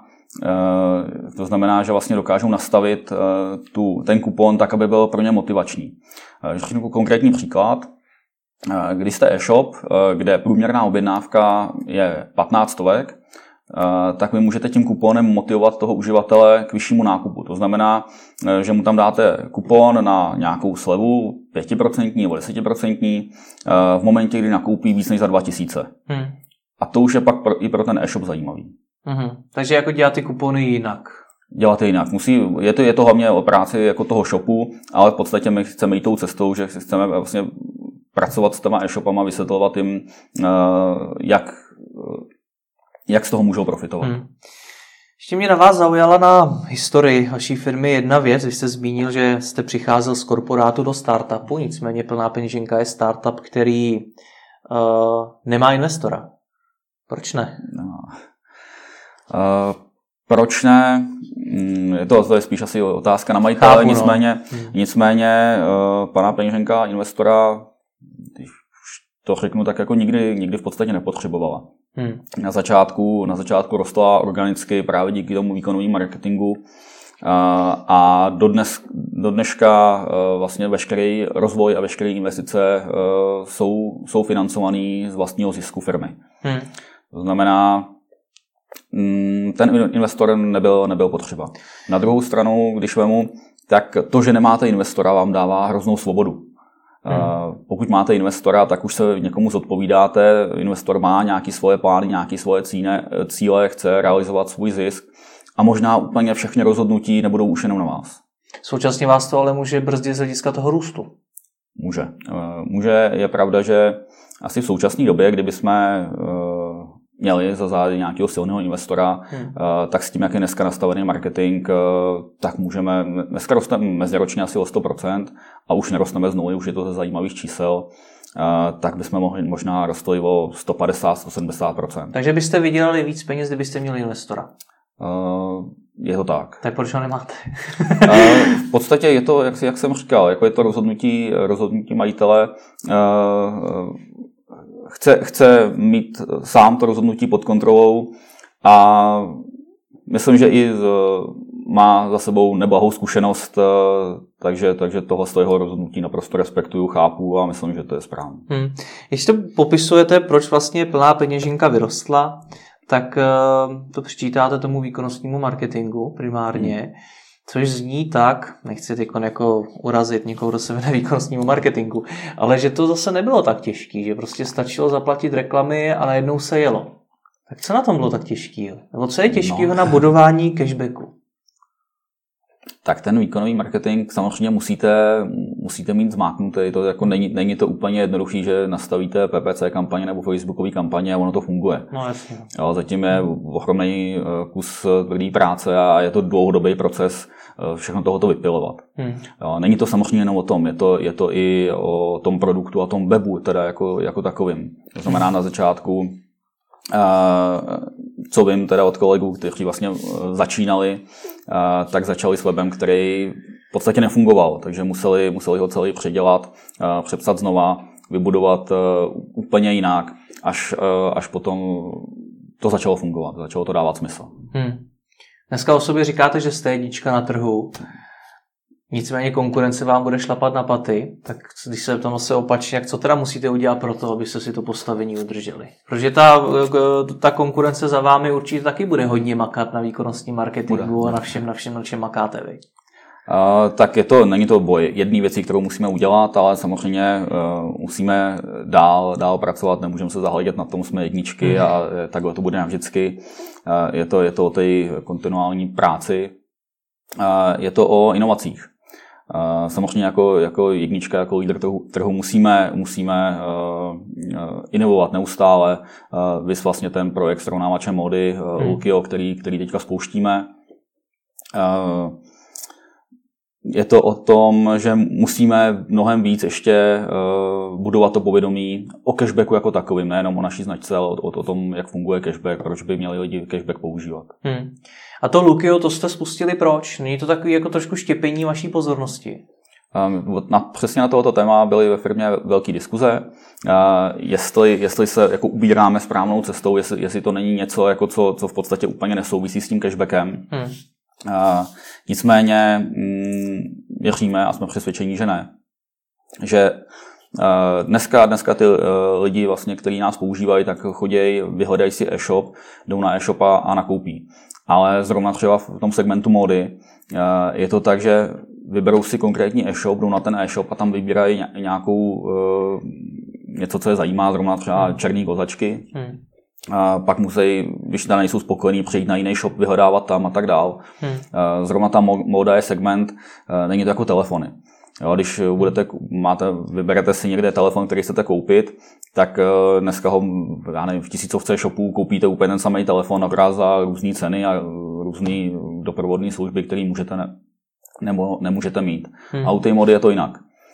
to znamená, že vlastně dokážou nastavit tu, ten kupon tak, aby byl pro ně motivační. Řeknu konkrétní příklad. Když jste e-shop, kde průměrná objednávka je patnáct stovek, tak vy můžete tím kuponem motivovat toho uživatele k vyššímu nákupu. To znamená, že mu tam dáte kupon na nějakou slevu pět procent nebo deset procent v momentě, kdy nakoupí víc než za dva tisíce. Hmm. A to už je pak pro, i pro ten e-shop zajímavý. Hmm. Takže jako dělat ty kupony jinak. Dělat je jinak. Musí, je, to, je to hlavně o práci jako toho shopu, ale v podstatě my chceme jít tou cestou, že chceme vlastně pracovat s těma e-shopama, vysvětlovat jim, jak jak z toho můžou profitovat. Hmm. Ještě mě na vás zaujala na historii vaší firmy jedna věc. Vy jste zmínil, že jste přicházel z korporátu do startupu, nicméně Plná peněženka je startup, který uh, nemá investora. Proč ne? No. Uh, proč ne? Je to, to je spíš asi otázka na majitele, Chápu, nicméně, no. hmm. nicméně uh, Plná peněženka investora, když to řeknu, tak jako nikdy, nikdy v podstatě nepotřebovala. Hmm. Na začátku, na začátku rostla organicky právě díky tomu výkonovému marketingu a do, dnes, do dneška vlastně veškerý rozvoj a veškeré investice jsou, jsou financovaný z vlastního zisku firmy. Hmm. To znamená, ten investor nebyl, nebyl potřeba. Na druhou stranu, když vemu, tak to, že nemáte investora, vám dává hroznou svobodu. Hmm. Pokud máte investora, tak už se někomu zodpovídáte. Investor má nějaké svoje plány, nějaké svoje cíle, cíle, chce realizovat svůj zisk a možná úplně všechny rozhodnutí nebudou už jenom na vás. Současně vás to ale může brzdit z hlediska toho růstu. Může. Může, je pravda, že asi v současné době, kdyby jsme měli za zády nějakého silného investora, hmm. tak s tím, jak je dneska nastavený marketing, tak můžeme, dneska rosteme meziročně asi o sto procent a už nerosteme z nuly, už je to ze zajímavých čísel, tak bychom mohli možná rostli o sto padesát až sto sedmdesát procent. Takže byste vydělali víc peněz, kdybyste měli investora? Je to tak. Tak proč ho nemáte? V podstatě je to, jak, jak jsem říkal, jako je to rozhodnutí, rozhodnutí majitele. Chce, chce mít sám to rozhodnutí pod kontrolou a myslím, že i má za sebou neblahou zkušenost, takže, takže tohle z jeho rozhodnutí naprosto respektuju, chápu a myslím, že to je správně. Hmm. Když to popisujete, proč vlastně Plná peněženka vyrostla, tak to přičítáte tomu výkonnostnímu marketingu primárně, hmm. což zní tak, nechci teď jako urazit někoho, kdo se věnuje výkonnostnímu marketingu, ale že to zase nebylo tak těžký, že prostě stačilo zaplatit reklamy a najednou se jelo. Tak co na tom bylo tak těžkého? Nebo co je těžkého no. na budování cashbacku? Tak ten výkonový marketing samozřejmě musíte, musíte mít zmáknutý. To jako není, není to úplně jednoduchý, že nastavíte P P C kampaně nebo Facebookové kampaně a ono to funguje. No jasně. Jo, zatím je ohromný kus tvrdý práce a je to dlouhodobý proces všechno tohoto vypilovat. Hmm. Jo, není to samozřejmě jenom o tom, je to, je to i o tom produktu a tom webu teda jako, jako takovým. To znamená na začátku, co vím teda od kolegů, kteří vlastně začínali, tak začali s webem, který v podstatě nefungoval, takže museli, museli ho celý předělat, přepsat znova, vybudovat úplně jinak, až, až potom to začalo fungovat, začalo to dávat smysl. Hmm. Dneska o sobě říkáte, že jste jednička na trhu. Nicméně konkurence vám bude šlapat na paty, tak když se tam zase opačně, jak co teda musíte udělat pro to, abyste si to postavení udrželi? Protože ta, ta konkurence za vámi určitě taky bude hodně makat na výkonnostním marketingu bude. a na všem, na všem, na čem makáte vy. Uh, tak je to, není to boj jedné věci, kterou musíme udělat, ale samozřejmě uh, musíme dál, dál pracovat, nemůžeme se zahledět na tom, jsme jedničky mm. a takhle to bude navždycky. Uh, je to, je to o té kontinuální práci, uh, je to o inovacích. Uh, samozřejmě jako, jako jednička, jako lídr trhu, trhu musíme, musíme uh, inovovat neustále. Uh, vys vlastně ten projekt srovnávače módy uh, mm. Lukio, který, který teďka spouštíme. Uh, Je to o tom, že musíme mnohem víc ještě uh, budovat to povědomí o cashbacku jako takovým, nejenom o naší značce, ale o, o tom, jak funguje cashback, proč by měli lidi cashback používat. Hmm. A to Lukio, to jste spustili proč? Není to takový jako trošku štěpení vaší pozornosti? Um, na, přesně na tohoto téma byly ve firmě velké diskuze, uh, jestli, jestli se jako ubíráme správnou cestou, jestli, jestli to není něco, jako co, co v podstatě úplně nesouvisí s tím cashbackem. Hmm. Uh, nicméně mm, věříme a jsme přesvědčení, že ne. Že uh, dneska, dneska ty uh, lidi, vlastně, kteří nás používají, tak chodí, vyhledají si e-shop, jdou na e-shop a, a nakoupí. Ale zrovna třeba v tom segmentu módy uh, je to tak, že vyberou si konkrétní e-shop, jdou na ten e-shop a tam vybírají nějakou uh, něco, co je zajímá, zrovna třeba černý kozačky. Hmm. A pak musí, když tam nejsou spokojení, přejít na jiný shop, vyhledávat tam a tak dál. Hmm. Zrovna ta móda je segment, není to jako telefony. Jo, když budete, máte, vyberete si někde telefon, který chcete koupit, tak dneska ho, já nevím, v tisícovce shopů koupíte úplně ten samý telefon, akorát za různé ceny a různé doprovodné služby, které můžete ne, nebo nemůžete mít. Hmm. A u té módy je to jinak.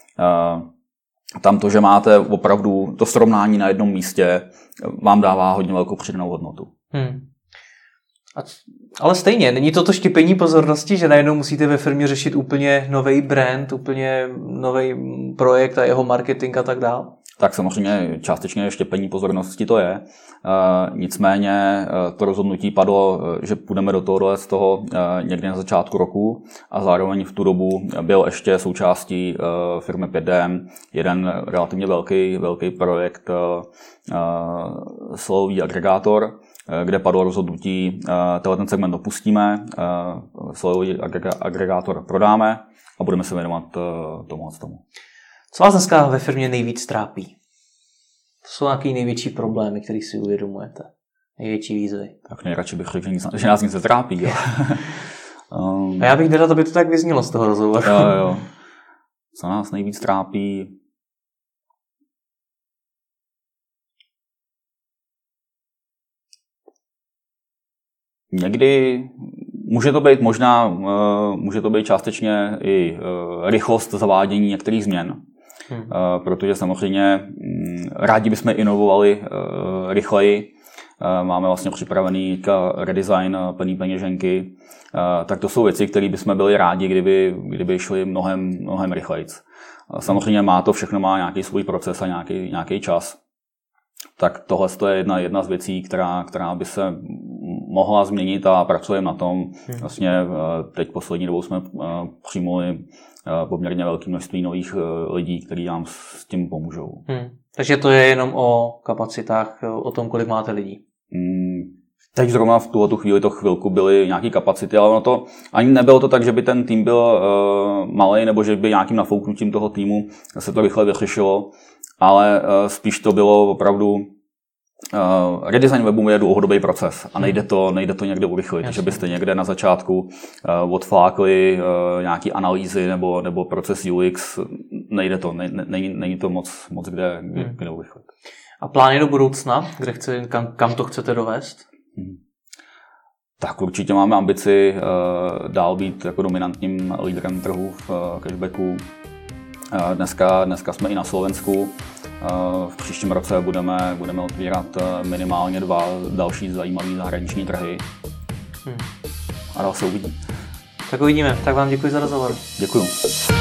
Tam to, že máte opravdu to srovnání na jednom místě, vám dává hodně velkou přidanou hodnotu. Hmm. A, ale stejně, není to to štěpení pozornosti, že najednou musíte ve firmě řešit úplně nový brand, úplně nový projekt a jeho marketing a tak dále? Tak samozřejmě částečně štěpení pozornosti to je. E, nicméně to rozhodnutí padlo, že půjdeme do tohohle z toho e, někdy na začátku roku a zároveň v tu dobu byl ještě součástí e, firmy pět D M jeden relativně velký, velký projekt e, slovový agregátor, e, kde padlo rozhodnutí, e, tenhle ten segment opustíme, e, slovový agregátor prodáme a budeme se věnovat e, tomu a tomu. Co vás dneska ve firmě nejvíc trápí? To jsou nějaké největší problémy, které si uvědomujete? Největší výzvy? Tak nejradši bych řekl, že nás nic netrápí. um, a já bych nerad, aby to tak vyznělo z toho rozhovoru. Jo, jo. Co nás nejvíc trápí? Někdy může to být možná, může to být částečně i rychlost zavádění některých změn. Hmm. Protože samozřejmě rádi bychom inovovali rychleji. Máme vlastně připravený redesign plný peněženky. Tak to jsou věci, které bychom byli rádi, kdyby, kdyby šly mnohem, mnohem rychleji. Samozřejmě má to všechno má nějaký svůj proces a nějaký, nějaký čas. Tak tohle je jedna, jedna z věcí, která, která by se mohla změnit a pracujeme na tom. Vlastně teď poslední dobou jsme přijmuli poměrně velké množství nových lidí, kteří nám s tím pomůžou. Hmm. Takže to je jenom o kapacitách, o tom, kolik máte lidí? Hmm. Teď zrovna v tuhle chvíli to chvilku byly nějaké kapacity, ale ono to ani nebylo to tak, že by ten tým byl uh, malej, nebo že by nějakým nafouknutím toho týmu se to rychle vyřešilo, ale uh, spíš to bylo opravdu Uh, redesign webu je dlouhodobý proces a nejde to, nejde to někde urychlit, že byste někde na začátku uh, odflákli uh, nějaký analýzy nebo, nebo proces U X, nejde to, ne, ne, není, není to moc, moc kde, kde, hmm. kde urychlit. A plány do budoucna, kde chce, kam, kam to chcete dovést? Hmm. Tak určitě máme ambici uh, dál být jako dominantním lídrem trhu v uh, cashbacku. Uh, dneska, dneska jsme i na Slovensku. V příštím roce budeme, budeme otvírat minimálně dva další zajímavé zahraniční trhy. Hmm. A dál se uvidí. Tak uvidíme. Tak vám děkuji za rozhovor. Děkuji.